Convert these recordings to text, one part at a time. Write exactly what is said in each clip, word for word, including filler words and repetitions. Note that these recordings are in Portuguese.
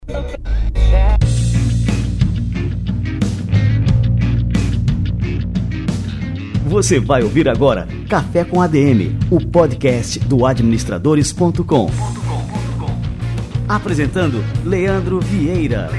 Você vai ouvir agora Café com A D M, o podcast do administradores ponto com. Apresentando Leandro Vieira.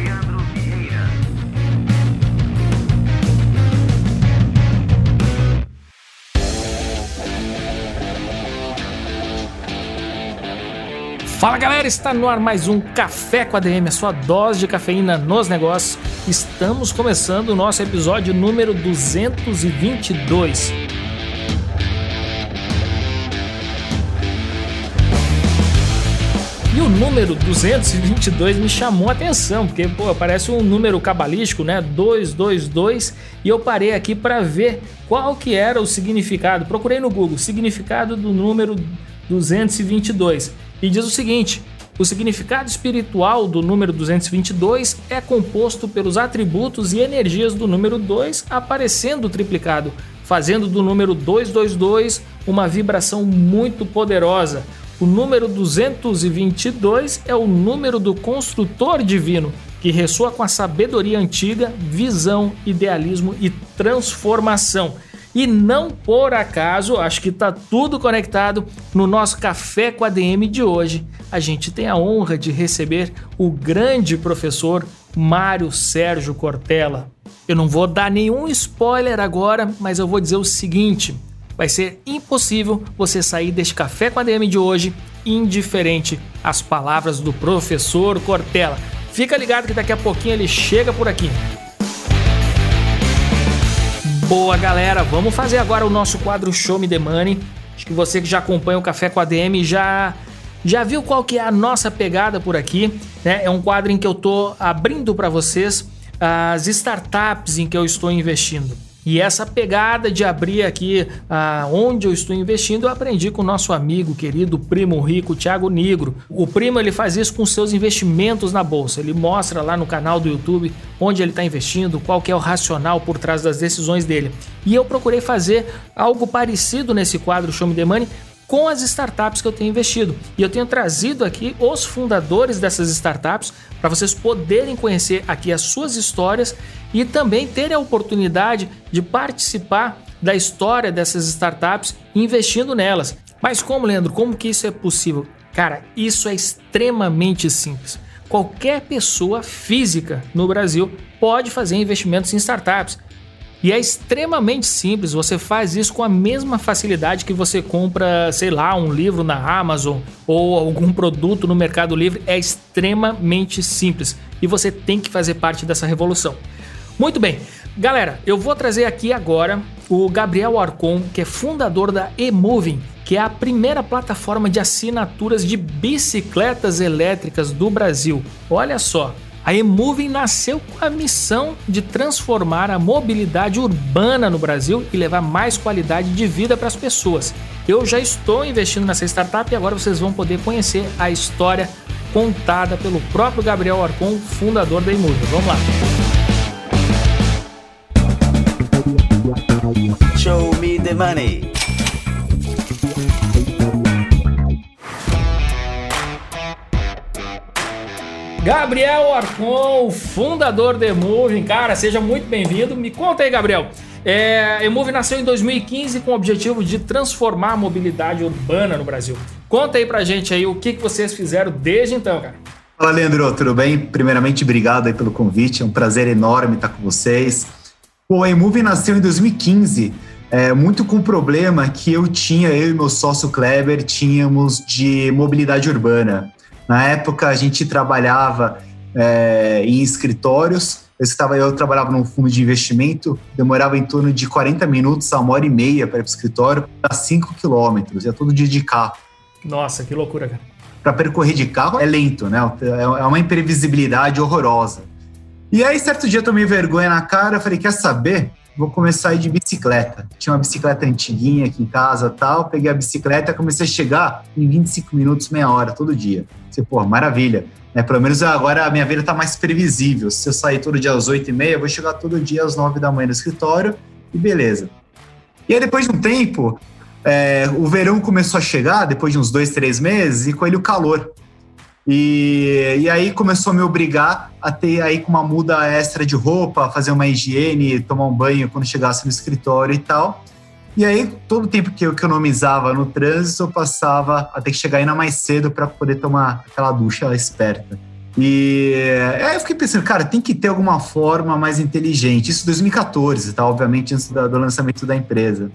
Fala galera, está no ar mais um Café com A D M, a sua dose de cafeína nos negócios. Estamos começando o nosso episódio número duzentos e vinte e dois. E o número duzentos e vinte e dois me chamou a atenção, porque pô, parece um número cabalístico, né? duzentos e vinte e dois, e eu parei aqui para ver qual que era o significado. Procurei no Google, significado do número duzentos e vinte e dois. E diz o seguinte: o significado espiritual do número duzentos e vinte e dois é composto pelos atributos e energias do número dois aparecendo triplicado, fazendo do número duzentos e vinte e dois uma vibração muito poderosa. O número duzentos e vinte e dois é o número do construtor divino, que ressoa com a sabedoria antiga, visão, idealismo e transformação. E não por acaso, acho que está tudo conectado no nosso Café com A D M de hoje. A gente tem a honra de receber o grande professor Mário Sérgio Cortella. Eu não vou dar nenhum spoiler agora, mas eu vou dizer o seguinte: vai ser impossível você sair deste Café com A D M de hoje indiferente às palavras do professor Cortella. Fica ligado que daqui a pouquinho ele chega por aqui. Boa galera, vamos fazer agora o nosso quadro Show Me The Money. Acho que você que já acompanha o Café com A D M já, já viu qual que é a nossa pegada por aqui, né? É um quadro em que eu tô abrindo para vocês as startups em que eu estou investindo. E essa pegada de abrir aqui ah, onde eu estou investindo, eu aprendi com o nosso amigo, querido primo rico, Thiago Nigro. O primo ele faz isso com seus investimentos na bolsa. Ele mostra lá no canal do YouTube onde ele está investindo, qual que é o racional por trás das decisões dele. E eu procurei fazer algo parecido nesse quadro Show Me The Money com as startups que eu tenho investido. E eu tenho trazido aqui os fundadores dessas startups para vocês poderem conhecer aqui as suas histórias e também terem a oportunidade de participar da história dessas startups investindo nelas. Mas como, Leandro, como que isso é possível? Cara, isso é extremamente simples. Qualquer pessoa física no Brasil pode fazer investimentos em startups. E é extremamente simples, você faz isso com a mesma facilidade que você compra, sei lá, um livro na Amazon ou algum produto no Mercado Livre. É extremamente simples e você tem que fazer parte dessa revolução. Muito bem, galera, eu vou trazer aqui agora o Gabriel Arcon, que é fundador da eMoving, que é a primeira plataforma de assinaturas de bicicletas elétricas do Brasil. Olha só. A eMoving nasceu com a missão de transformar a mobilidade urbana no Brasil e levar mais qualidade de vida para as pessoas. Eu já estou investindo nessa startup e agora vocês vão poder conhecer a história contada pelo próprio Gabriel Arcon, fundador da eMoving. Vamos lá. Show Me The Money. Gabriel Arcon, fundador da eMoving. Cara, seja muito bem-vindo. Me conta aí, Gabriel. É, a eMoving nasceu em dois mil e quinze com o objetivo de transformar a mobilidade urbana no Brasil. Conta aí pra gente aí o que, que vocês fizeram desde então, cara. Fala, Leandro, tudo bem? Primeiramente, obrigado aí pelo convite. É um prazer enorme estar com vocês. Pô, a eMoving nasceu em dois mil e quinze, é, muito com o problema que eu tinha, eu e meu sócio Kleber, tínhamos de mobilidade urbana. Na época, a gente trabalhava é, em escritórios. Eu, estava, eu trabalhava num fundo de investimento, demorava em torno de quarenta minutos a uma hora e meia para ir para o escritório, para cinco quilômetros, ia todo dia de carro. Nossa, que loucura, cara. Para percorrer de carro é lento, né? É uma imprevisibilidade horrorosa. E aí, certo dia, eu tomei vergonha na cara, falei, quer saber? Vou começar a ir de bicicleta. Tinha uma bicicleta antiguinha aqui em casa e tal, peguei a bicicleta e comecei a chegar em vinte e cinco minutos, meia hora, todo dia. Você, pô, maravilha. É, pelo menos agora a minha vida está mais previsível. Se eu sair todo dia às oito e meia, eu vou chegar todo dia às nove da manhã no escritório e beleza. E aí, depois de um tempo, é, o verão começou a chegar, depois de uns dois, três meses, e com ele o calor. E, e aí começou a me obrigar a ter aí com uma muda extra de roupa, fazer uma higiene, tomar um banho quando chegasse no escritório e tal. E aí, todo o tempo que eu economizava no trânsito, eu passava a ter que chegar ainda mais cedo para poder tomar aquela ducha esperta. E aí eu fiquei pensando, cara, tem que ter alguma forma mais inteligente. Isso em dois mil e catorze, tá? Obviamente, antes do lançamento da empresa.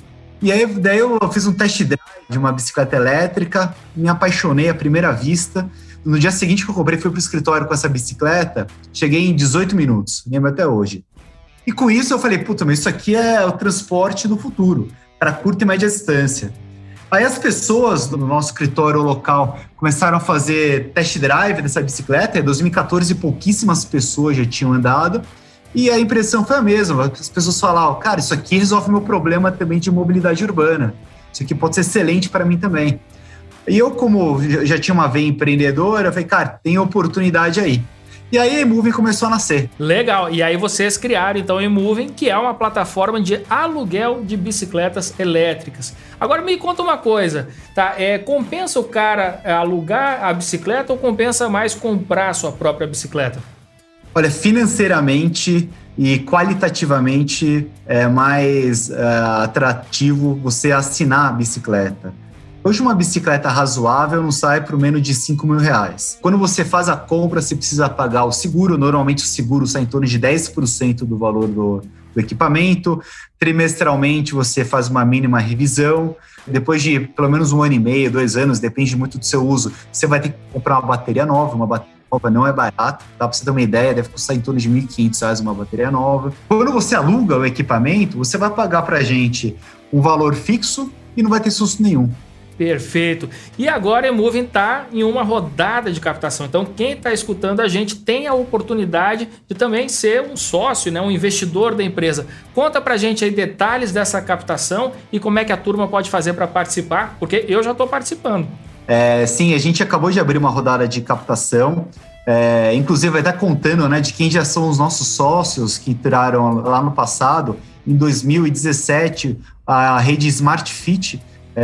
E aí, daí eu fiz um test drive de uma bicicleta elétrica, me apaixonei à primeira vista. No dia seguinte que eu comprei, fui pro escritório com essa bicicleta, cheguei em dezoito minutos, lembro até hoje. E com isso eu falei, puta, mas isso aqui é o transporte do futuro, para curta e média distância. Aí as pessoas do nosso escritório local começaram a fazer test drive dessa bicicleta. Em dois mil e catorze, pouquíssimas pessoas já tinham andado. E a impressão foi a mesma. As pessoas falavam, cara, isso aqui resolve meu problema também de mobilidade urbana. Isso aqui pode ser excelente para mim também. E eu, como já tinha uma veia empreendedora, eu falei, cara, tem oportunidade aí. E aí a eMoving começou a nascer. Legal. E aí vocês criaram então a eMoving, que é uma plataforma de aluguel de bicicletas elétricas. Agora me conta uma coisa, tá? É, compensa o cara alugar a bicicleta ou compensa mais comprar a sua própria bicicleta? Olha, financeiramente e qualitativamente é mais uh, atrativo você assinar a bicicleta. Hoje uma bicicleta razoável não sai por menos de cinco mil reais. Quando você faz a compra, você precisa pagar o seguro. Normalmente o seguro sai em torno de dez por cento do valor do, do equipamento. Trimestralmente você faz uma mínima revisão. Depois de pelo menos um ano e meio, dois anos, depende muito do seu uso, você vai ter que comprar uma bateria nova. Uma bateria nova não é barata, dá para você ter uma ideia, deve custar em torno de mil e quinhentos reais uma bateria nova. Quando você aluga o equipamento, você vai pagar para a gente um valor fixo e não vai ter susto nenhum. Perfeito. E agora a eMoving está em uma rodada de captação. Então, quem está escutando a gente tem a oportunidade de também ser um sócio, né, um investidor da empresa. Conta pra gente aí detalhes dessa captação e como é que a turma pode fazer para participar, porque eu já estou participando. É, sim, a gente acabou de abrir uma rodada de captação. É, inclusive, vai estar contando, né, de quem já são os nossos sócios que entraram lá no passado. Em dois mil e dezessete, a rede Smart Fit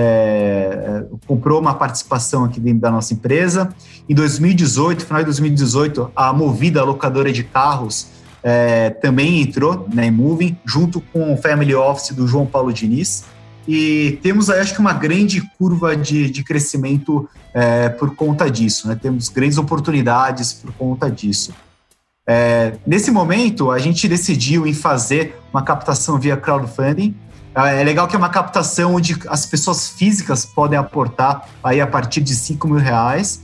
É, comprou uma participação aqui dentro da nossa empresa. Em dois mil e dezoito, final de dois mil e dezoito, a Movida, a locadora de carros, é, também entrou na eMoving, junto com o Family Office do João Paulo Diniz. E temos aí, acho que uma grande curva de, de crescimento é, por conta disso, né? Temos grandes oportunidades por conta disso. É, nesse momento, a gente decidiu em fazer uma captação via crowdfunding. É legal que é uma captação onde as pessoas físicas podem aportar aí a partir de cinco mil reais.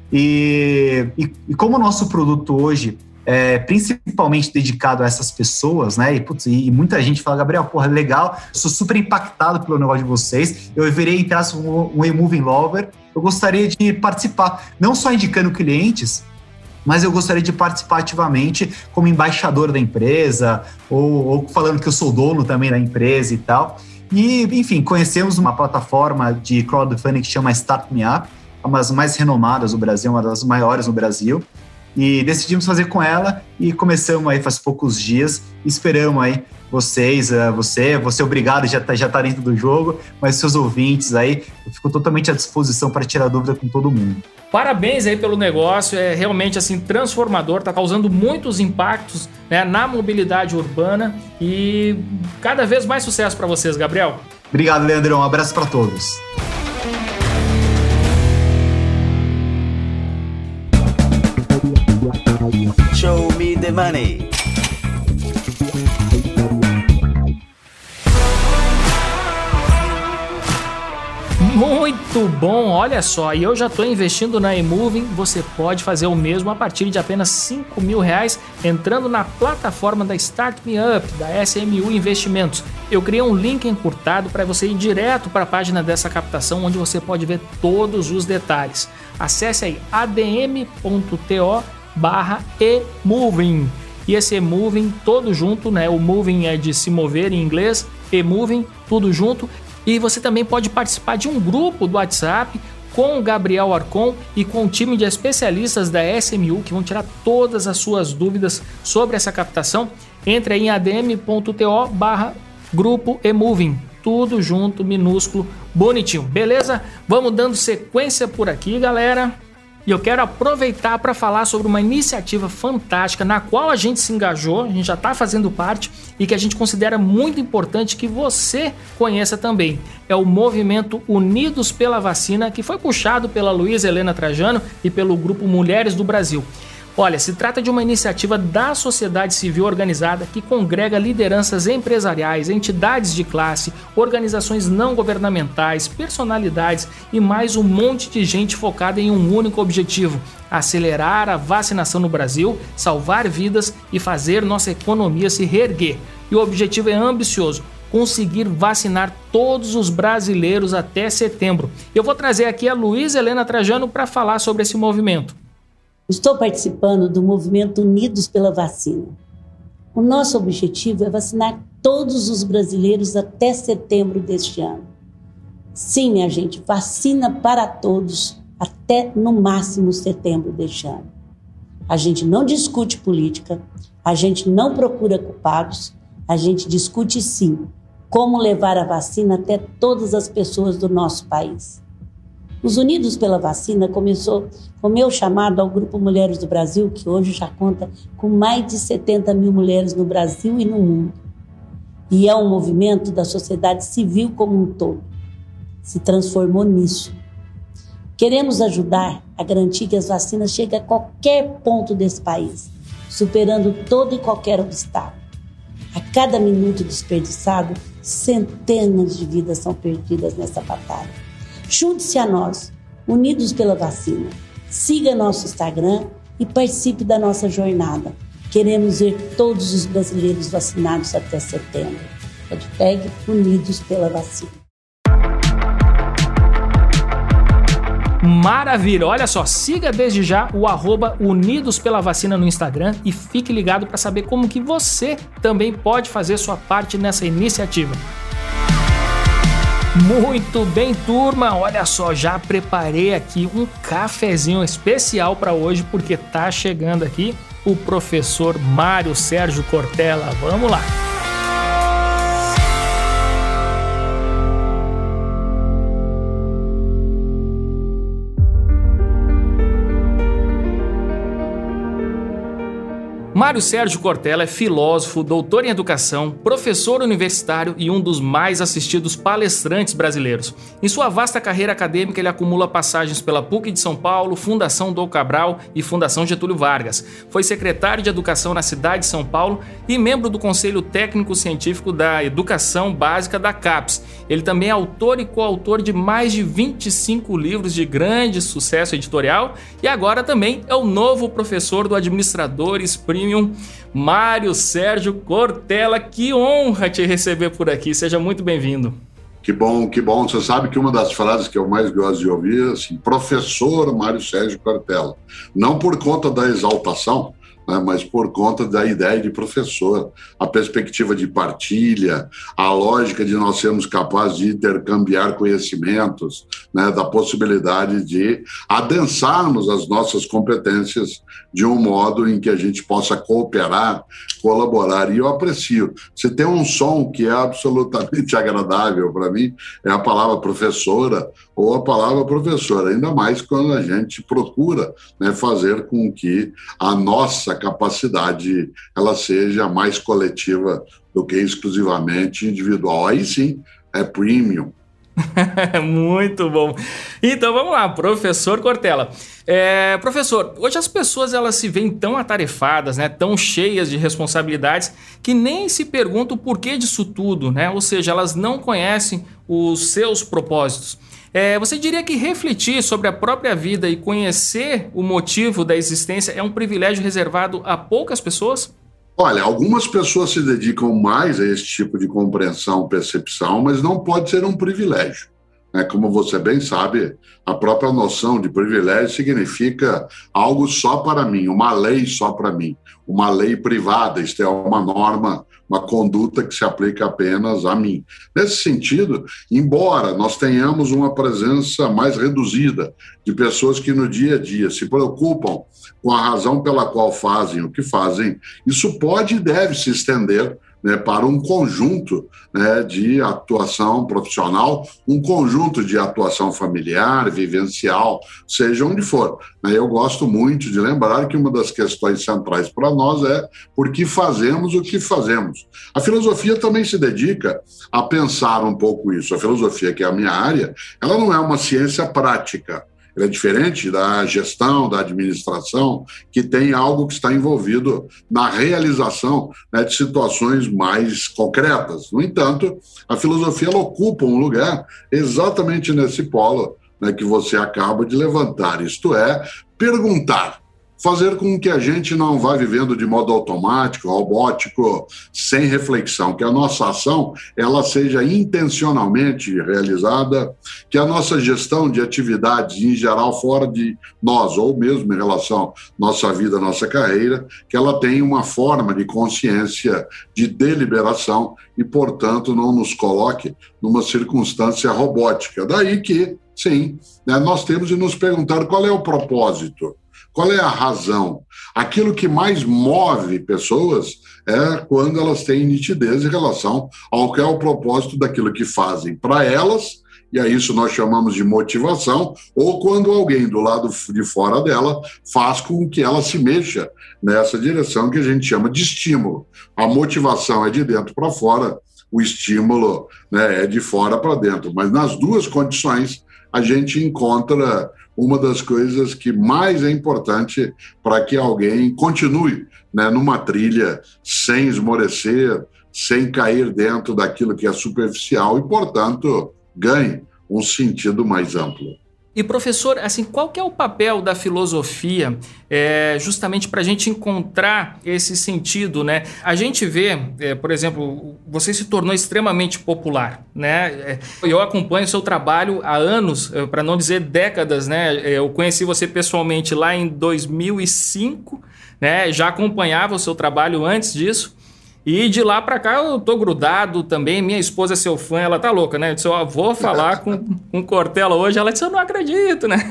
E, e, e como o nosso produto hoje é principalmente dedicado a essas pessoas, né? E, putz, e muita gente fala, Gabriel, porra, legal, eu sou super impactado pelo negócio de vocês. Eu virei, em traço, um, um eMoving Lover. Eu gostaria de participar, não só indicando clientes, mas eu gostaria de participar ativamente como embaixador da empresa ou, ou falando que eu sou dono também da empresa e tal. E, enfim, conhecemos uma plataforma de crowdfunding que chama Start Me Up, uma das mais renomadas do Brasil, uma das maiores no Brasil, e decidimos fazer com ela e começamos aí faz poucos dias. Esperamos aí vocês, você, você obrigado, já está já tá dentro do jogo, mas seus ouvintes aí, eu fico totalmente à disposição para tirar dúvida com todo mundo. Parabéns aí pelo negócio, é realmente assim transformador, está causando muitos impactos, né, na mobilidade urbana e cada vez mais sucesso para vocês, Gabriel. Obrigado, Leandrão, um abraço para todos. Show me the money. Muito bom, olha só, e eu já estou investindo na eMoving, você pode fazer o mesmo a partir de apenas cinco mil reais entrando na plataforma da Start Me Up, da S M U Investimentos. Eu criei um link encurtado para você ir direto para a página dessa captação, onde você pode ver todos os detalhes. Acesse aí adm.to barra eMoving. E esse eMoving todo junto, né? O moving é de se mover em inglês, eMoving, tudo junto. E você também pode participar de um grupo do WhatsApp com o Gabriel Arcon e com o time de especialistas da S M U que vão tirar todas as suas dúvidas sobre essa captação. Entre aí em adm.to barra grupo eMoving. Tudo junto, minúsculo, bonitinho. Beleza? Vamos dando sequência por aqui, galera. E eu quero aproveitar para falar sobre uma iniciativa fantástica na qual a gente se engajou, a gente já está fazendo parte e que a gente considera muito importante que você conheça também. É o movimento Unidos pela Vacina, que foi puxado pela Luísa Helena Trajano e pelo Grupo Mulheres do Brasil. Olha, se trata de uma iniciativa da sociedade civil organizada que congrega lideranças empresariais, entidades de classe, organizações não governamentais, personalidades e mais um monte de gente focada em um único objetivo: acelerar a vacinação no Brasil, salvar vidas e fazer nossa economia se reerguer. E o objetivo é ambicioso: conseguir vacinar todos os brasileiros até setembro. Eu vou trazer aqui a Luísa Helena Trajano para falar sobre esse movimento. Estou participando do movimento Unidos pela Vacina. O nosso objetivo é vacinar todos os brasileiros até setembro deste ano. Sim, minha gente, vacina para todos até no máximo setembro deste ano. A gente não discute política, a gente não procura culpados, a gente discute sim como levar a vacina até todas as pessoas do nosso país. Os Unidos pela Vacina começou com o meu chamado ao Grupo Mulheres do Brasil, que hoje já conta com mais de setenta mil mulheres no Brasil e no mundo. E é um movimento da sociedade civil como um todo. Se transformou nisso. Queremos ajudar a garantir que as vacinas cheguem a qualquer ponto desse país, superando todo e qualquer obstáculo. A cada minuto desperdiçado, centenas de vidas são perdidas nessa batalha. Junte-se a nós, Unidos pela Vacina. Siga nosso Instagram e participe da nossa jornada. Queremos ver todos os brasileiros vacinados até setembro. Hashtag Unidos pela Vacina. Maravilha! Olha só, siga desde já o arroba Unidos pela Vacina no Instagram e fique ligado para saber como que você também pode fazer sua parte nessa iniciativa. Muito bem, turma, olha só, já preparei aqui um cafezinho especial para hoje, porque tá chegando aqui o professor Mário Sérgio Cortella. Vamos lá! Mário Sérgio Cortella é filósofo, doutor em educação, professor universitário e um dos mais assistidos palestrantes brasileiros. Em sua vasta carreira acadêmica, ele acumula passagens pela P U C de São Paulo, Fundação Dom Cabral e Fundação Getúlio Vargas. Foi secretário de Educação na cidade de São Paulo e membro do Conselho Técnico Científico da Educação Básica da CAPES. Ele também é autor e coautor de mais de vinte e cinco livros de grande sucesso editorial e agora também é o novo professor do Administradores Premium, Mário Sérgio Cortella. Que honra te receber por aqui, seja muito bem-vindo. Que bom, que bom. Você sabe que uma das frases que eu mais gosto de ouvir é assim: professor Mário Sérgio Cortella. Não por conta da exaltação, né, mas por conta da ideia de professor, a perspectiva de partilha, a lógica de nós sermos capazes de intercambiar conhecimentos, né, da possibilidade de adensarmos as nossas competências de um modo em que a gente possa cooperar, colaborar. E eu aprecio. Se tem um som que é absolutamente agradável para mim, é a palavra professora ou a palavra professora, ainda mais quando a gente procura, né, fazer com que a nossa capacidade ela seja mais coletiva do que exclusivamente individual. Aí sim, é premium. Muito bom. Então vamos lá, professor Cortella. É, professor, hoje as pessoas elas se veem tão atarefadas, né, tão cheias de responsabilidades, que nem se perguntam o porquê disso tudo, né? Ou seja, elas não conhecem os seus propósitos. É, você diria que refletir sobre a própria vida e conhecer o motivo da existência é um privilégio reservado a poucas pessoas? Olha, algumas pessoas se dedicam mais a esse tipo de compreensão, percepção, mas não pode ser um privilégio. Né? Como você bem sabe, a própria noção de privilégio significa algo só para mim, uma lei só para mim, uma lei privada, isto é, uma norma, uma conduta que se aplica apenas a mim. Nesse sentido, embora nós tenhamos uma presença mais reduzida de pessoas que no dia a dia se preocupam com a razão pela qual fazem o que fazem, isso pode e deve se estender né, para um conjunto, né, de atuação profissional, um conjunto de atuação familiar, vivencial, seja onde for. Eu gosto muito de lembrar que uma das questões centrais para nós é por que fazemos o que fazemos. A filosofia também se dedica a pensar um pouco isso. A filosofia, que é a minha área, ela não é uma ciência prática. Ela é diferente da gestão, da administração, que tem algo que está envolvido na realização, né, de situações mais concretas. No entanto, a filosofia ela ocupa um lugar exatamente nesse polo, né, que você acaba de levantar, isto é, perguntar. Fazer com que a gente não vá vivendo de modo automático, robótico, sem reflexão, que a nossa ação ela seja intencionalmente realizada, que a nossa gestão de atividades, em geral, fora de nós, ou mesmo em relação à nossa vida, à nossa carreira, que ela tenha uma forma de consciência, de deliberação e, portanto, não nos coloque numa circunstância robótica. Daí que, sim, né, nós temos de nos perguntar qual é o propósito. Qual é a razão? Aquilo que mais move pessoas é quando elas têm nitidez em relação ao que é o propósito daquilo que fazem para elas, e a isso nós chamamos de motivação, ou quando alguém do lado de fora dela faz com que ela se mexa nessa direção que a gente chama de estímulo. A motivação é de dentro para fora, o estímulo, né, é de fora para dentro, mas nas duas condições a gente encontra uma das coisas que mais é importante para que alguém continue, né, numa trilha sem esmorecer, sem cair dentro daquilo que é superficial e, portanto, ganhe um sentido mais amplo. E, professor, assim, qual que é o papel da filosofia é, justamente para a gente encontrar esse sentido, né? A gente vê, é, por exemplo, você se tornou extremamente popular, né? Eu acompanho o seu trabalho há anos, para não dizer décadas, né? Eu conheci você pessoalmente lá em dois mil e cinco, né? Já acompanhava o seu trabalho antes disso. E de lá para cá eu tô grudado também, minha esposa é seu fã, ela tá louca, né? Eu disse, ó, vou falar com, com Cortella hoje, ela disse, eu não acredito, né?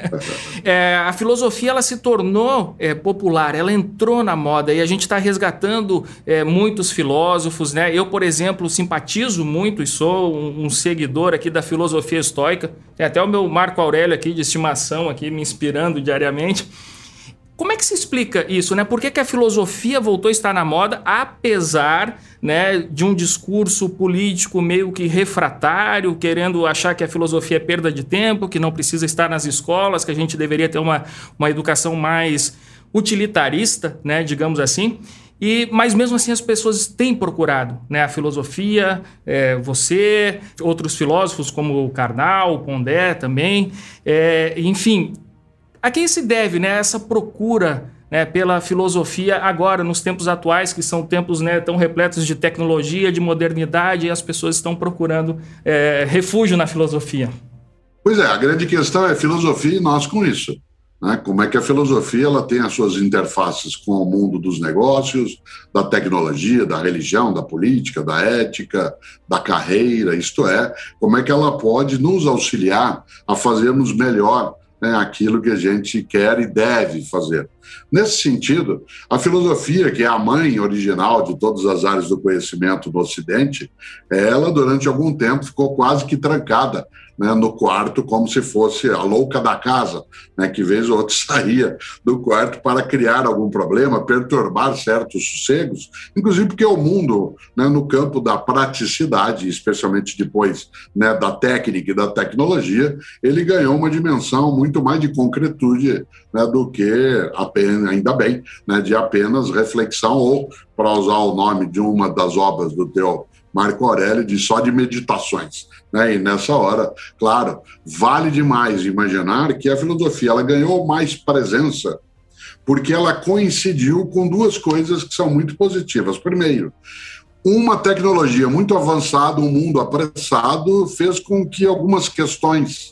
É, a filosofia, ela se tornou é, popular, ela entrou na moda e a gente está resgatando é, muitos filósofos, né? Eu, por exemplo, simpatizo muito e sou um, um seguidor aqui da filosofia estoica, tem até o meu Marco Aurélio aqui de estimação, aqui me inspirando diariamente. Como é que se explica isso, né? Por que que a filosofia voltou a estar na moda, apesar, né, de um discurso político meio que refratário, querendo achar que a filosofia é perda de tempo, que não precisa estar nas escolas, que a gente deveria ter uma, uma educação mais utilitarista, né, digamos assim. E, mas mesmo assim as pessoas têm procurado, né, a filosofia, é, você, outros filósofos como o Karnal, o Pondé também, é, enfim... A quem se deve, né, essa procura, né, pela filosofia agora, nos tempos atuais, que são tempos, né, tão repletos de tecnologia, de modernidade, e as pessoas estão procurando é, refúgio na filosofia? Pois é, a grande questão é filosofia e nós com isso. Né? Como é que a filosofia ela tem as suas interfaces com o mundo dos negócios, da tecnologia, da religião, da política, da ética, da carreira, isto é, como é que ela pode nos auxiliar a fazermos melhor, né, aquilo que a gente quer e deve fazer. Nesse sentido, a filosofia, que é a mãe original de todas as áreas do conhecimento no Ocidente, ela, durante algum tempo, ficou quase que trancada, né, no quarto, como se fosse a louca da casa, né, que vez ou outra saía do quarto para criar algum problema, perturbar certos sossegos, inclusive porque o mundo, né, no campo da praticidade, especialmente depois, né, da técnica e da tecnologia, ele ganhou uma dimensão muito mais de concretude, né, do que apenas, ainda bem, né, de apenas reflexão ou, para usar o nome de uma das obras do teu Marco Aurélio, de só de meditações. Né? E nessa hora, claro, vale demais imaginar que a filosofia ela ganhou mais presença porque ela coincidiu com duas coisas que são muito positivas. Primeiro, uma tecnologia muito avançada, um mundo apressado, fez com que algumas questões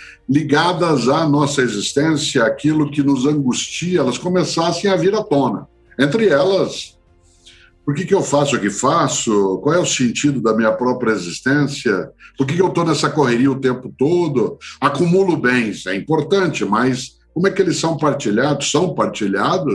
ligadas à nossa existência, aquilo que nos angustia, elas começassem a vir à tona. Entre elas, por que que eu faço o que faço? Qual é o sentido da minha própria existência? Por que que eu estou nessa correria o tempo todo? Acumulo bens, é importante, mas como é que eles são partilhados? São partilhados?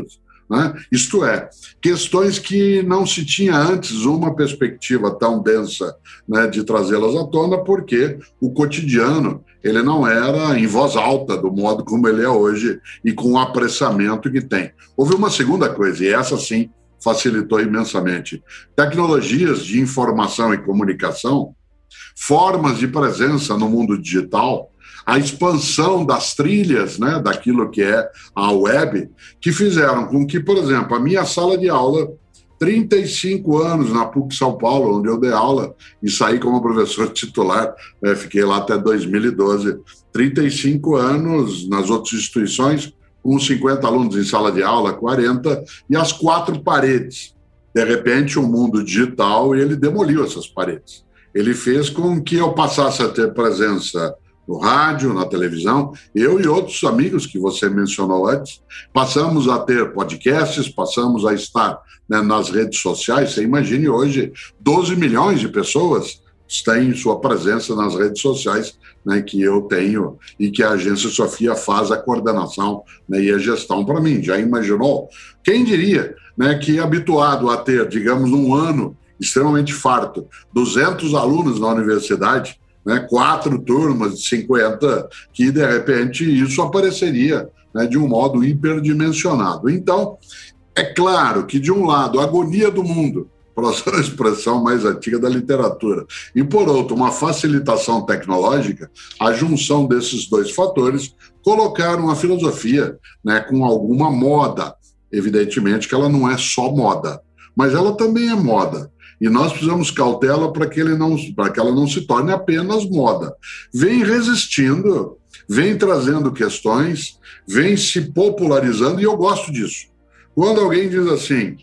né? Isto é, questões que não se tinha antes uma perspectiva tão densa, né, de trazê-las à tona, porque o cotidiano ele não era em voz alta do modo como ele é hoje e com o apressamento que tem. Houve uma segunda coisa, e essa sim facilitou imensamente. Tecnologias de informação e comunicação, formas de presença no mundo digital, a expansão das trilhas, né, daquilo que é a web, que fizeram com que, por exemplo, a minha sala de aula, trinta e cinco anos na P U C São Paulo, onde eu dei aula e saí como professor titular, né, fiquei lá até dois mil e doze, trinta e cinco anos nas outras instituições, com cinquenta alunos em sala de aula, quarenta, e as quatro paredes. De repente, o mundo digital, ele demoliu essas paredes. Ele fez com que eu passasse a ter presença no rádio, na televisão. Eu e outros amigos que você mencionou antes, passamos a ter podcasts, passamos a estar, né, nas redes sociais. Você imagine hoje, doze milhões de pessoas têm sua presença nas redes sociais, né, que eu tenho e que a Agência Sofia faz a coordenação, né, e a gestão para mim. Já imaginou? Quem diria, né, que habituado a ter, digamos, um ano extremamente farto, duzentos alunos na universidade, né, quatro turmas de cinquenta, que de repente isso apareceria, né, de um modo hiperdimensionado. Então, é claro que de um lado, a agonia do mundo, para usar a expressão mais antiga da literatura, e por outro, uma facilitação tecnológica, a junção desses dois fatores colocaram a filosofia, né, com alguma moda. Evidentemente que ela não é só moda, mas ela também é moda. E nós precisamos cautela para que, ele não, para que ela não se torne apenas moda. Vem resistindo, vem trazendo questões, vem se popularizando, e eu gosto disso. Quando alguém diz assim,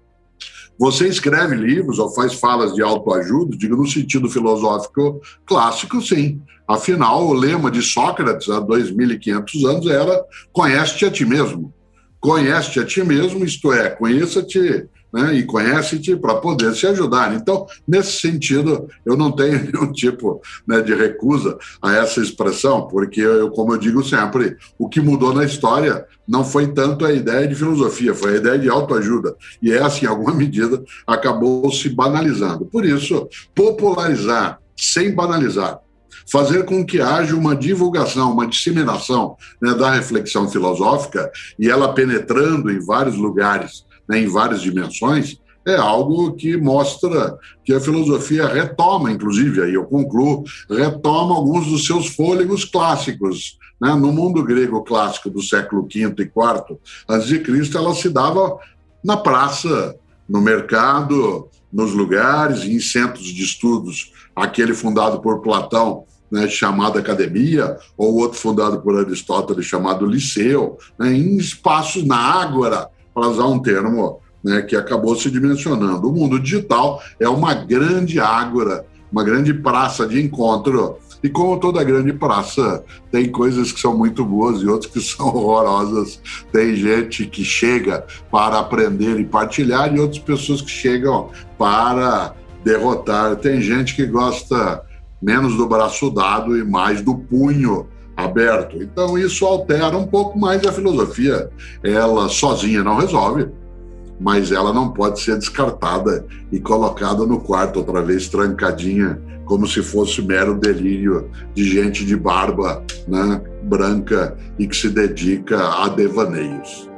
você escreve livros ou faz falas de autoajuda, digo no sentido filosófico clássico, sim. Afinal, o lema de Sócrates, há dois mil e quinhentos anos, era conhece-te a ti mesmo. Conhece-te a ti mesmo, isto é, conheça-te, né, e conhece-te para poder se ajudar. Então, nesse sentido, eu não tenho nenhum tipo, né, de recusa a essa expressão, porque, eu, como eu digo sempre, o que mudou na história não foi tanto a ideia de filosofia, foi a ideia de autoajuda. E essa, em alguma medida, acabou se banalizando. Por isso, popularizar sem banalizar, fazer com que haja uma divulgação, uma disseminação, né, da reflexão filosófica, e ela penetrando em vários lugares, né, em várias dimensões, é algo que mostra que a filosofia retoma, inclusive, aí eu concluo, retoma alguns dos seus fôlegos clássicos. Né? No mundo grego clássico do século quinto e quarto antes de Cristo, ela se dava na praça, no mercado, nos lugares, em centros de estudos, aquele fundado por Platão, né, chamado academia, ou outro fundado por Aristóteles, chamado liceu, né, em espaços na ágora, para usar um termo, né, que acabou se dimensionando. O mundo digital é uma grande ágora, uma grande praça de encontro, e como toda grande praça, tem coisas que são muito boas e outras que são horrorosas. Tem gente que chega para aprender e partilhar, e outras pessoas que chegam para derrotar. Tem gente que gosta menos do braço dado e mais do punho aberto. Então isso altera um pouco mais a filosofia. Ela sozinha não resolve, mas ela não pode ser descartada e colocada no quarto outra vez trancadinha, como se fosse mero delírio de gente de barba, né, branca e que se dedica a devaneios.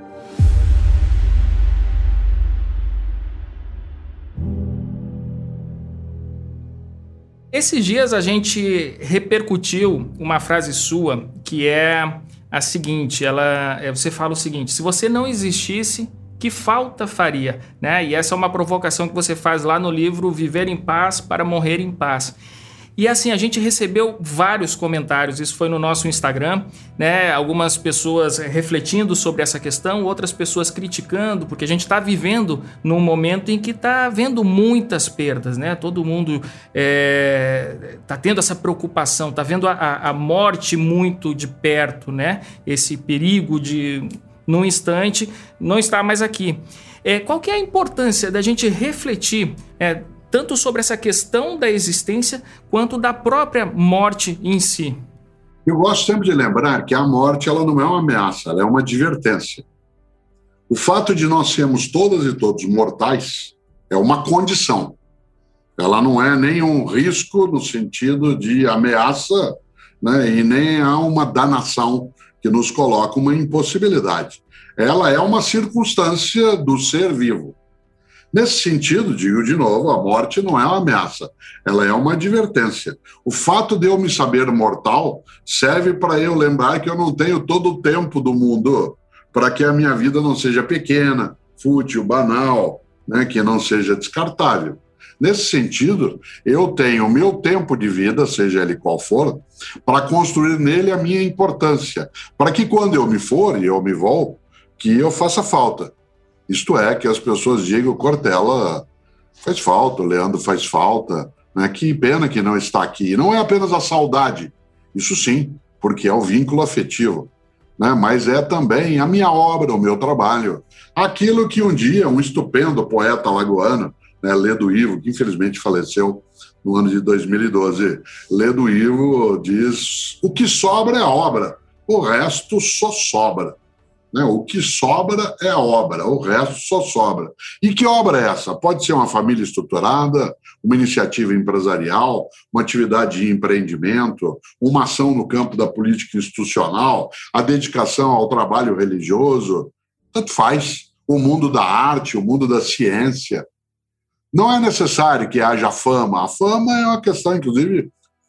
Esses dias a gente repercutiu uma frase sua que é a seguinte, ela, você fala o seguinte: se você não existisse, que falta faria? Né? E essa é uma provocação que você faz lá no livro Viver em Paz para Morrer em Paz. E assim, a gente recebeu vários comentários, isso foi no nosso Instagram, né? Algumas pessoas refletindo sobre essa questão, outras pessoas criticando, porque a gente está vivendo num momento em que está havendo muitas perdas, né? Todo mundo está é, tendo essa preocupação, está vendo a, a morte muito de perto, né? Esse perigo de, num instante, não estar mais aqui. É, qual que é a importância da gente refletir, é, tanto sobre essa questão da existência, quanto da própria morte em si? Eu gosto sempre de lembrar que a morte ela não é uma ameaça, ela é uma advertência. O fato de nós sermos todas e todos mortais é uma condição. Ela não é nem um risco no sentido de ameaça, né, e nem há uma danação que nos coloca uma impossibilidade. Ela é uma circunstância do ser vivo. Nesse sentido, digo de novo, a morte não é uma ameaça, ela é uma advertência. O fato de eu me saber mortal serve para eu lembrar que eu não tenho todo o tempo do mundo para que a minha vida não seja pequena, fútil, banal, né, que não seja descartável. Nesse sentido, eu tenho o meu tempo de vida, seja ele qual for, para construir nele a minha importância, para que quando eu me for e eu me vou, que eu faça falta. Isto é, que as pessoas digam, Cortella faz falta, o Leandro faz falta, né? Que pena que não está aqui. E não é apenas a saudade, isso sim, porque é o vínculo afetivo, né? Mas é também a minha obra, o meu trabalho. Aquilo que um dia um estupendo poeta alagoano, né, Ledo Ivo, que infelizmente faleceu no ano de dois mil e doze, Ledo Ivo diz, o que sobra é a obra, o resto só sobra. Né? O que sobra é a obra, o resto só sobra. E que obra é essa? Pode ser uma família estruturada, uma iniciativa empresarial, uma atividade de empreendimento, uma ação no campo da política institucional, a dedicação ao trabalho religioso, tanto faz. O mundo da arte, o mundo da ciência. Não é necessário que haja fama. A fama é uma questão, inclusive,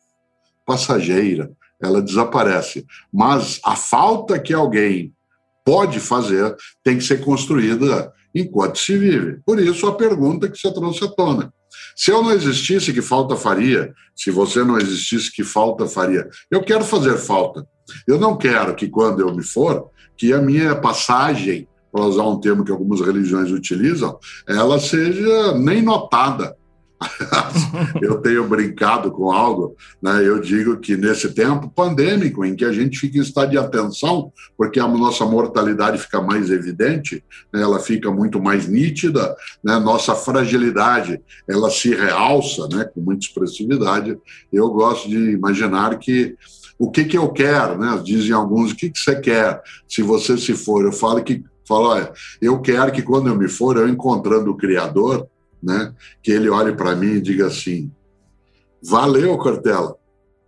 passageira. Ela desaparece. Mas a falta que alguém pode fazer tem que ser construída enquanto se vive. Por isso, a pergunta que você trouxe à tona. Se eu não existisse, que falta faria? Se você não existisse, que falta faria? Eu quero fazer falta. Eu não quero que, quando eu me for, que a minha passagem, para usar um termo que algumas religiões utilizam, ela seja nem notada. Eu tenho brincado com algo, né? Eu digo que nesse tempo pandêmico, em que a gente fica em estado de atenção, porque a nossa mortalidade fica mais evidente, né? Ela fica muito mais nítida, né? Nossa fragilidade, ela se realça, né? Com muita expressividade. Eu gosto de imaginar que o que, que eu quero, né? Dizem alguns, o que, que você quer se você se for? Eu falo que Fala, olha, eu quero que quando eu me for, eu encontrando o Criador, né, que ele olhe para mim e diga assim, valeu, Cortella,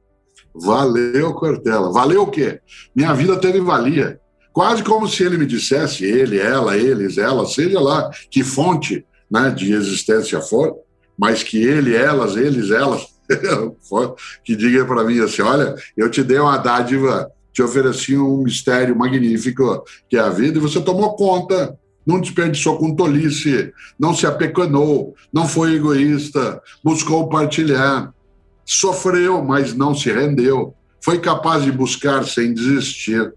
valeu, Cortella, valeu o quê? Minha vida teve valia. Quase como se ele me dissesse, ele, ela, eles, ela, seja lá que fonte, né, de existência for, mas que ele, elas, eles, elas, que diga para mim assim, olha, eu te dei uma dádiva, te ofereci um mistério magnífico que é a vida, e você tomou conta, não desperdiçou com tolice, não se apequenou, não foi egoísta, buscou partilhar, sofreu, mas não se rendeu, foi capaz de buscar sem desistir.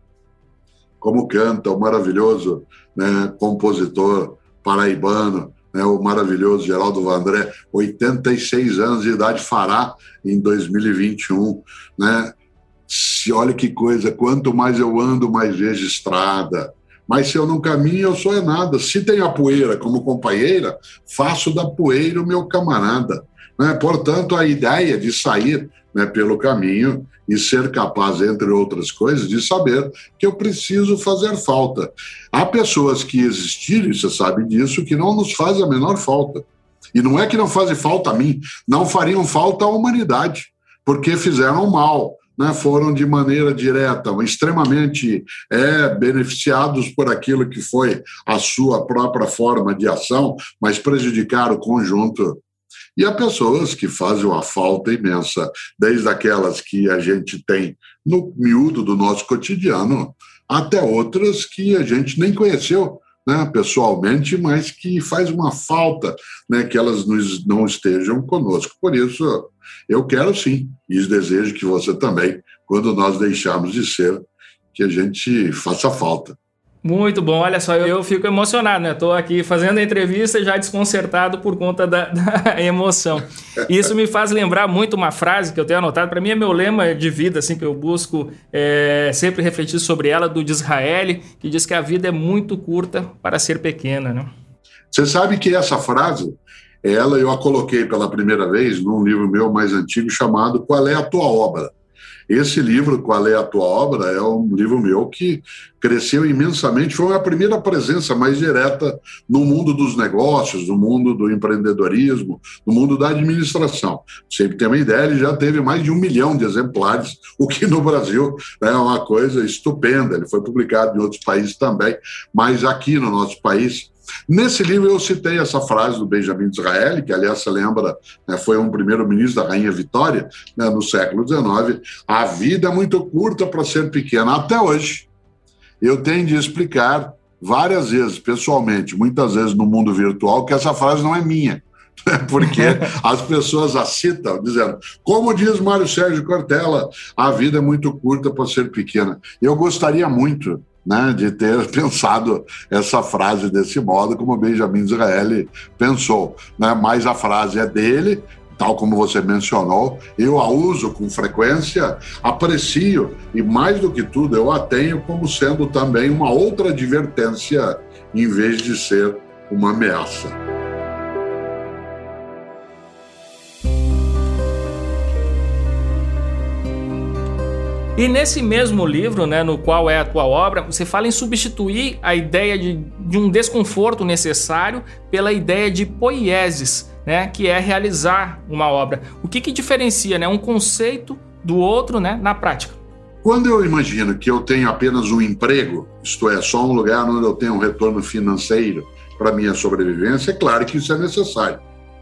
Como canta o maravilhoso, né, compositor paraibano, né, o maravilhoso Geraldo Vandré, oitenta e seis anos de idade fará em dois mil e vinte e um, né? Se olha que coisa, quanto mais eu ando, mais vejo estrada. Mas se eu não caminho, eu sou é nada. Se tem a poeira como companheira, faço da poeira o meu camarada. Né? Portanto, a ideia de sair, né, pelo caminho e ser capaz, entre outras coisas, de saber que eu preciso fazer falta. Há pessoas que existirem, você sabe disso, que não nos fazem a menor falta. E não é que não fazem falta a mim, não fariam falta à humanidade, porque fizeram mal. Né, foram de maneira direta, extremamente é, beneficiados por aquilo que foi a sua própria forma de ação, mas prejudicaram o conjunto. E há pessoas que fazem uma falta imensa, desde aquelas que a gente tem no miúdo do nosso cotidiano, até outras que a gente nem conheceu, né, pessoalmente, mas que faz uma falta, né, que elas não estejam conosco. Por isso, eu quero sim, e desejo que você também, quando nós deixarmos de ser, que a gente faça falta. Muito bom, olha só, eu fico emocionado, né? Estou aqui fazendo a entrevista já desconcertado por conta da, da emoção. Isso me faz lembrar muito uma frase que eu tenho anotado, para mim é meu lema de vida, assim, que eu busco é, sempre refletir sobre ela, do Disraeli, que diz que a vida é muito curta para ser pequena, né? Você sabe que essa frase, ela eu a coloquei pela primeira vez num livro meu mais antigo chamado Qual é a Tua Obra? Esse livro, Qual é a Tua Obra?, é um livro meu que cresceu imensamente, foi a primeira presença mais direta no mundo dos negócios, no mundo do empreendedorismo, no mundo da administração. Sempre tem uma ideia, ele já teve mais de um milhão de exemplares, o que no Brasil é uma coisa estupenda. Ele foi publicado em outros países também, mas aqui no nosso país. Nesse livro eu citei essa frase do Benjamin Disraeli, que aliás se lembra, né, foi um primeiro-ministro da Rainha Vitória, né, no século dezenove, a vida é muito curta para ser pequena. Até hoje, eu tenho de explicar várias vezes, pessoalmente, muitas vezes no mundo virtual, que essa frase não é minha, porque as pessoas a citam, dizendo, como diz Mário Sérgio Cortella, a vida é muito curta para ser pequena. Eu gostaria muito, né, de ter pensado essa frase desse modo, como Benjamin Disraeli pensou, né? Mas a frase é dele, tal como você mencionou, eu a uso com frequência, aprecio e, mais do que tudo, eu a tenho como sendo também uma outra advertência em vez de ser uma ameaça. E nesse mesmo livro, né, no Qual é a Tua Obra?, você fala em substituir a ideia de, de um desconforto necessário pela ideia de poiesis, né, que é realizar uma obra. O que, que diferencia, né, um conceito do outro, né, na prática? Quando eu imagino que eu tenho apenas um emprego, isto é, só um lugar onde eu tenho um retorno financeiro para minha sobrevivência, é claro que isso é necessário.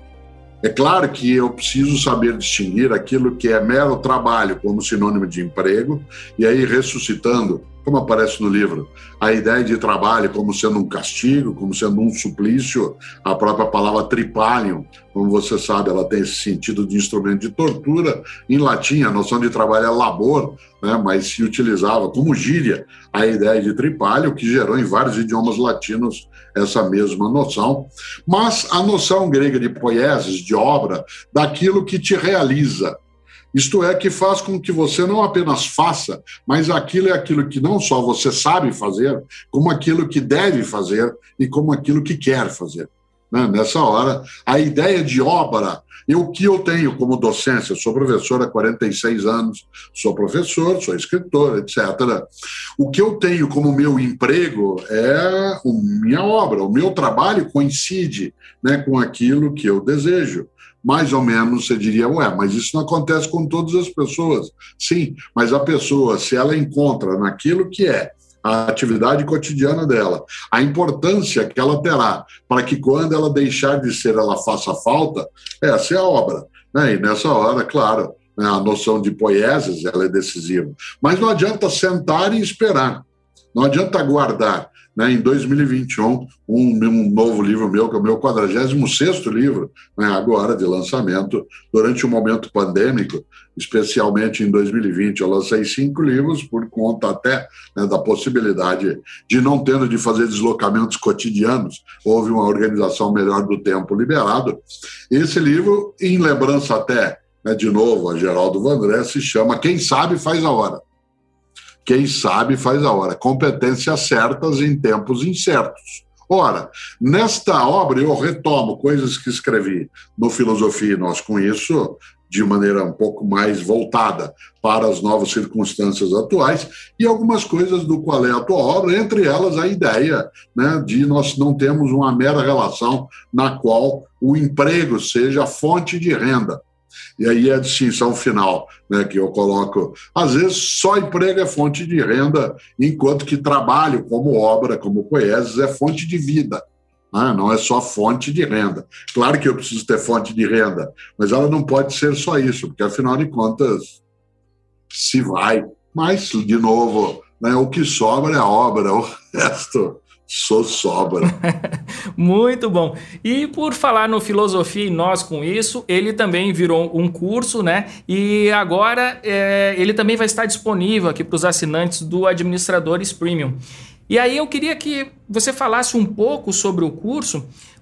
É claro que eu preciso saber distinguir aquilo que é mero trabalho como sinônimo de emprego, e aí ressuscitando, como aparece no livro, a ideia de trabalho como sendo um castigo, como sendo um suplício. A própria palavra tripalium, como você sabe, ela tem esse sentido de instrumento de tortura. Em latim, a noção de trabalho é labor, né, mas se utilizava como gíria a ideia de tripalho, que gerou em vários idiomas latinos essa mesma noção. Mas a noção grega de poiesis, de obra, daquilo que te realiza. Isto é, que faz com que você não apenas faça, mas aquilo é aquilo que não só você sabe fazer, como aquilo que deve fazer e como aquilo que quer fazer. Né? Nessa hora, a ideia de obra, e o que eu tenho como docência, eu sou professor há quarenta e seis anos, sou professor, sou escritor, etcétera. O que eu tenho como meu emprego é a minha obra, o meu trabalho coincide, né, com aquilo que eu desejo. Mais ou menos você diria, ué, mas isso não acontece com todas as pessoas. Sim, mas a pessoa, se ela encontra naquilo que é a atividade cotidiana dela, a importância que ela terá para que quando ela deixar de ser, ela faça falta, essa é a obra. Né? E nessa hora, claro, né, a noção de poiesis ela é decisiva. Mas não adianta sentar e esperar, não adianta aguardar. Né, em dois mil e vinte e um, um, um novo livro meu, que é o meu quadragésimo sexto livro, né, agora de lançamento, durante o momento pandêmico, especialmente em dois mil e vinte, eu lancei cinco livros por conta até, né, da possibilidade de não tendo de fazer deslocamentos cotidianos, houve uma organização melhor do tempo liberado. Esse livro, em lembrança até, né, de novo, a Geraldo Vandré, se chama Quem Sabe Faz a Hora. Quem sabe faz a hora. Competências certas em tempos incertos. Ora, nesta obra eu retomo coisas que escrevi no Filosofia e Nós com Isso, de maneira um pouco mais voltada para as novas circunstâncias atuais, e algumas coisas do Qual é a Tua Obra, entre elas a ideia, né, de nós não termos uma mera relação na qual o emprego seja a fonte de renda. E aí a distinção final, né, que eu coloco, às vezes só emprego é fonte de renda, enquanto que trabalho como obra, como poiesis, é fonte de vida, né? Não é só fonte de renda. Claro que eu preciso ter fonte de renda, mas ela não pode ser só isso, porque afinal de contas se vai. Mas, de novo, né, o que sobra é a obra, o resto... Só sobra. Muito bom. E por falar no Filosofia e Nós com Isso, ele também virou um curso, né? E agora é, ele também vai estar disponível aqui para os assinantes do Administradores Premium. E aí eu queria que você falasse um pouco sobre o curso,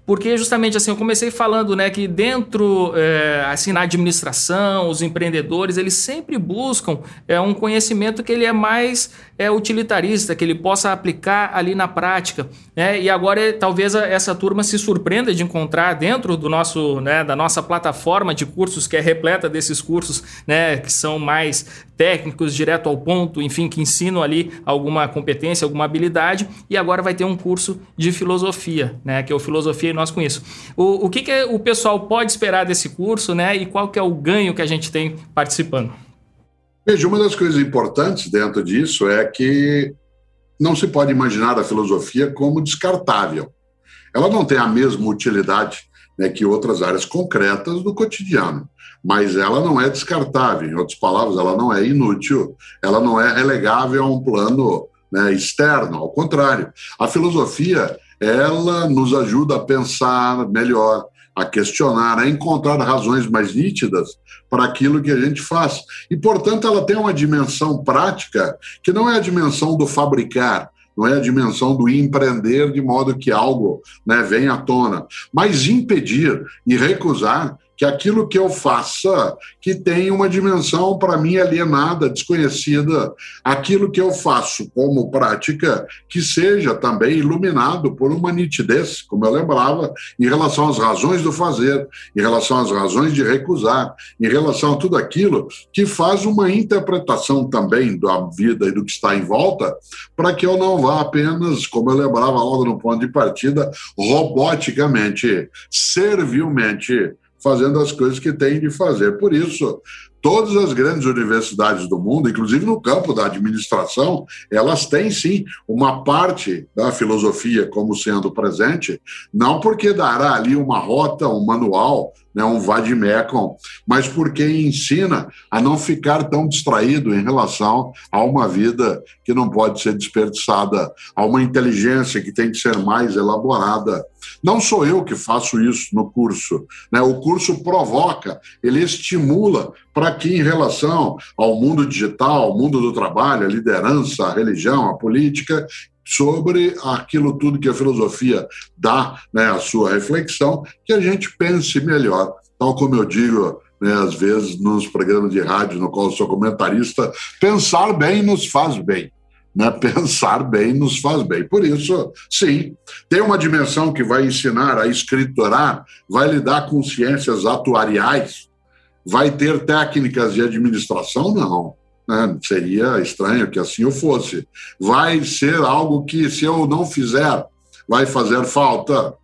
porque justamente assim, eu comecei falando, né, que dentro, é, assim, na administração, os empreendedores, eles sempre buscam é, um conhecimento que ele é mais é, utilitarista, que ele possa aplicar ali na prática, né? E agora talvez essa turma se surpreenda de encontrar dentro do nosso, né, da nossa plataforma de cursos, que é repleta desses cursos, né, que são mais técnicos, direto ao ponto, enfim, que ensinam ali alguma competência, alguma habilidade, e agora vai ter um curso de filosofia, né, que é o Filosofia e Nós com Isso. O, o que, que o pessoal pode esperar desse curso, né, e qual que é o ganho que a gente tem participando? Veja, uma das coisas importantes dentro disso é que não se pode imaginar a filosofia como descartável. Ela não tem a mesma utilidade, né, que outras áreas concretas do cotidiano, mas ela não é descartável. Em outras palavras, ela não é inútil, ela não é relegável a um plano, né, externo. Ao contrário, a filosofia, ela nos ajuda a pensar melhor, a questionar, a encontrar razões mais nítidas para aquilo que a gente faz. E, portanto, ela tem uma dimensão prática que não é a dimensão do fabricar, não é a dimensão do empreender de modo que algo, né, venha à tona, mas impedir e recusar que aquilo que eu faça, que tem uma dimensão para mim alienada, desconhecida, aquilo que eu faço como prática, que seja também iluminado por uma nitidez, como eu lembrava, em relação às razões do fazer, em relação às razões de recusar, em relação a tudo aquilo que faz uma interpretação também da vida e do que está em volta, para que eu não vá apenas, como eu lembrava logo no ponto de partida, roboticamente, servilmente, fazendo as coisas que tem de fazer. Por isso, todas as grandes universidades do mundo, inclusive no campo da administração, elas têm, sim, uma parte da filosofia como sendo presente, não porque dará ali uma rota, um manual, né, um vademecum, mas porque ensina a não ficar tão distraído em relação a uma vida que não pode ser desperdiçada, a uma inteligência que tem que ser mais elaborada. Não sou eu que faço isso no curso, né? O curso provoca, ele estimula para que, em relação ao mundo digital, ao mundo do trabalho, a liderança, a religião, a política, sobre aquilo tudo que a filosofia dá, né, a sua reflexão, que a gente pense melhor. Tal como eu digo, né, às vezes, nos programas de rádio no qual eu sou comentarista, pensar bem nos faz bem. Né? Pensar bem nos faz bem. Por isso, sim, tem uma dimensão que vai ensinar a escriturar, vai lidar com ciências atuariais, vai ter técnicas de administração? Não. Né? Seria estranho que assim eu fosse. Vai ser algo que, se eu não fizer, vai fazer falta?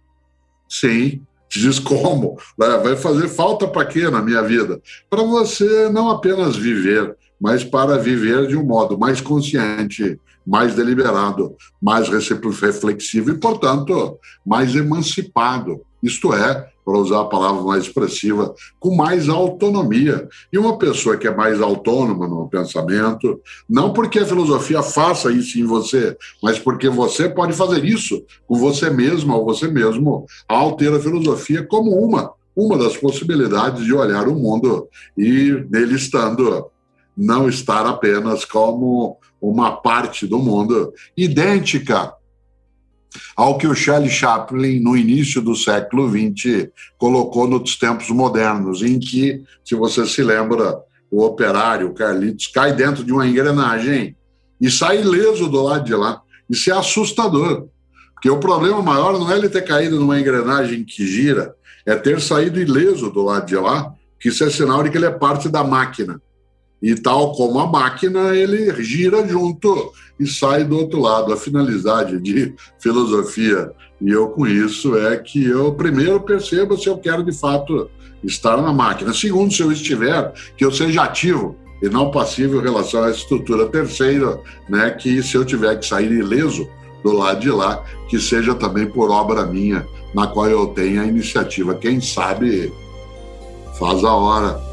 Sim. Diz como? Vai fazer falta para quê na minha vida? Para você não apenas viver, mas para viver de um modo mais consciente, mais deliberado, mais reflexivo e, portanto, mais emancipado. Isto é, para usar a palavra mais expressiva, com mais autonomia. E uma pessoa que é mais autônoma no pensamento, não porque a filosofia faça isso em você, mas porque você pode fazer isso com você mesma ou você mesmo, ao ter a filosofia como uma, uma das possibilidades de olhar o mundo e, nele estando, não estar apenas como uma parte do mundo idêntica ao que o Charlie Chaplin, no início do século vinte, colocou nos tempos modernos, em que, se você se lembra, o operário, o Carlitos, cai dentro de uma engrenagem e sai ileso do lado de lá. Isso é assustador, porque o problema maior não é ele ter caído numa engrenagem que gira, é ter saído ileso do lado de lá, que isso é sinal de que ele é parte da máquina. E tal como a máquina, ele gira junto e sai do outro lado. A finalidade de filosofia, e eu com isso, é que eu primeiro perceba se eu quero de fato estar na máquina. Segundo, se eu estiver, que eu seja ativo e não passivo em relação à estrutura. Terceiro, né, que se eu tiver que sair ileso do lado de lá, que seja também por obra minha, na qual eu tenha a iniciativa. Quem sabe faz a hora.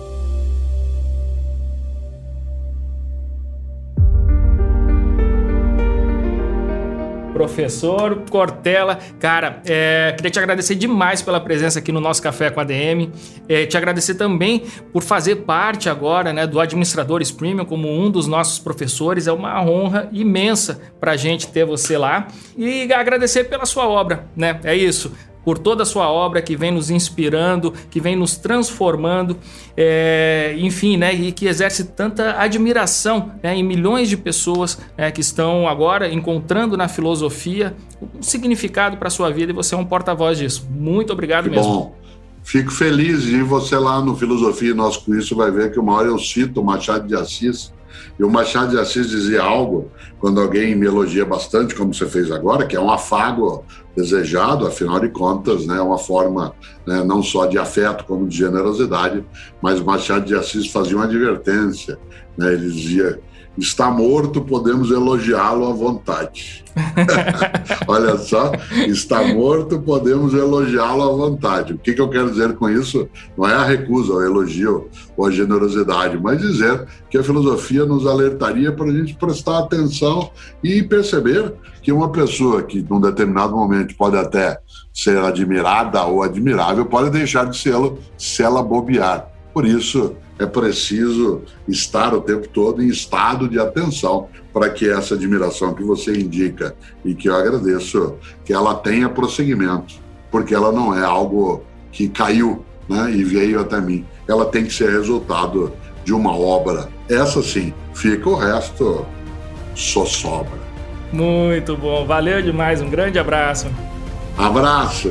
Professor Cortella, cara, é, queria te agradecer demais pela presença aqui no nosso Café com A D M, é, te agradecer também por fazer parte agora, né, do Administradores Premium como um dos nossos professores. É uma honra imensa para a gente ter você lá, e agradecer pela sua obra, né? É isso. por toda a sua obra que vem nos inspirando, que vem nos transformando, é, enfim, né, e que exerce tanta admiração, né, em milhões de pessoas, né, que estão agora encontrando na filosofia um significado para a sua vida, e você é um porta-voz disso. Muito obrigado que mesmo. Bom. Fico feliz, e você lá no Filosofia e Nós com Isso vai ver que uma hora eu cito o Machado de Assis, e o Machado de Assis dizia algo, quando alguém me elogia bastante, como você fez agora, que é um afago desejado, afinal de contas, né, é uma forma, né, não só de afeto como de generosidade, mas o Machado de Assis fazia uma advertência, né, ele dizia: está morto, podemos elogiá-lo à vontade. Olha só, está morto, podemos elogiá-lo à vontade. O que, que eu quero dizer com isso? Não é a recusa, o elogio ou a generosidade, mas dizer que a filosofia nos alertaria para a gente prestar atenção e perceber que uma pessoa que, num determinado momento, pode até ser admirada ou admirável, pode deixar de sê-lo se ela bobear. Por isso, é preciso estar o tempo todo em estado de atenção para que essa admiração que você indica e que eu agradeço, que ela tenha prosseguimento, porque ela não é algo que caiu, né, e veio até mim. Ela tem que ser resultado de uma obra. Essa sim, fica, o resto só sobra. Muito bom, valeu demais, um grande abraço. Abraço.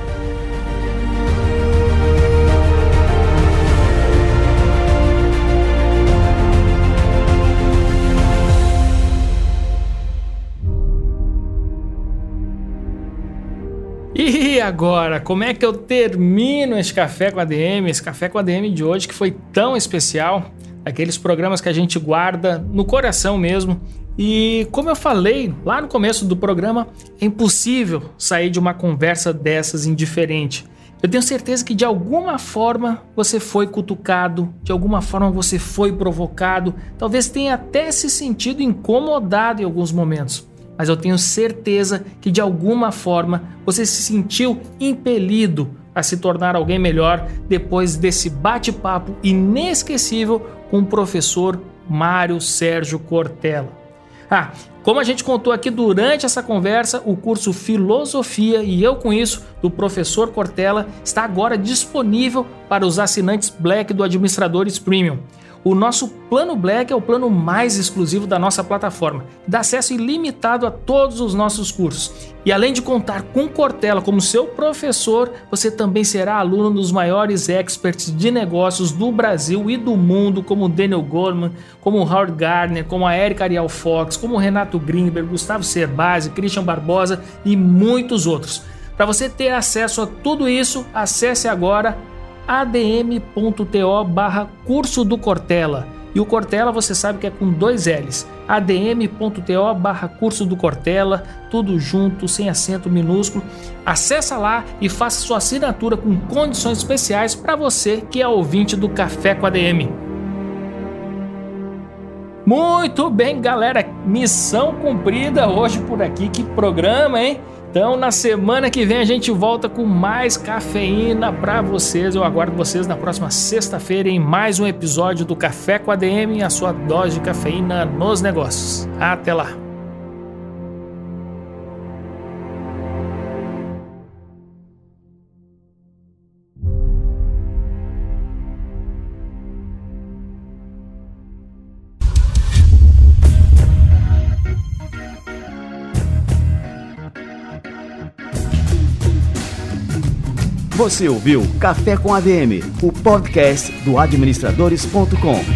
E agora, como é que eu termino esse Café com a D M? Esse Café com a D M de hoje que foi tão especial, aqueles programas que a gente guarda no coração mesmo. E como eu falei lá no começo do programa, é impossível sair de uma conversa dessas indiferente. Eu tenho certeza que de alguma forma você foi cutucado, de alguma forma você foi provocado, talvez tenha até se sentido incomodado em alguns momentos. Mas eu tenho certeza que de alguma forma você se sentiu impelido a se tornar alguém melhor depois desse bate-papo inesquecível com o professor Mário Sérgio Cortella. Ah, como a gente contou aqui durante essa conversa, o curso Filosofia e Eu Com Isso, do professor Cortella, está agora disponível para os assinantes Black do Administradores Premium. O nosso plano Black é o plano mais exclusivo da nossa plataforma, dá acesso ilimitado a todos os nossos cursos. E além de contar com Cortella como seu professor, você também será aluno dos maiores experts de negócios do Brasil e do mundo, como Daniel Goleman, como Howard Gardner, como a Erika Ariel Fox, como Renato Greenberg, Gustavo Cerbasi, Christian Barbosa e muitos outros. Para você ter acesso a tudo isso, acesse agora adm.to barra curso do Cortella. E o Cortella você sabe que é com dois L's. adm.to barra curso do Cortella, tudo junto, sem acento minúsculo. Acessa lá e faça sua assinatura com condições especiais para você que é ouvinte do Café com a D M. Muito bem, galera, missão cumprida hoje por aqui. Que programa, hein? Então, na semana que vem a gente volta com mais cafeína para vocês. Eu aguardo vocês na próxima sexta-feira em mais um episódio do Café com a D M, a sua dose de cafeína nos negócios. Até lá! Você ouviu Café com A D M, o podcast do administradores ponto com.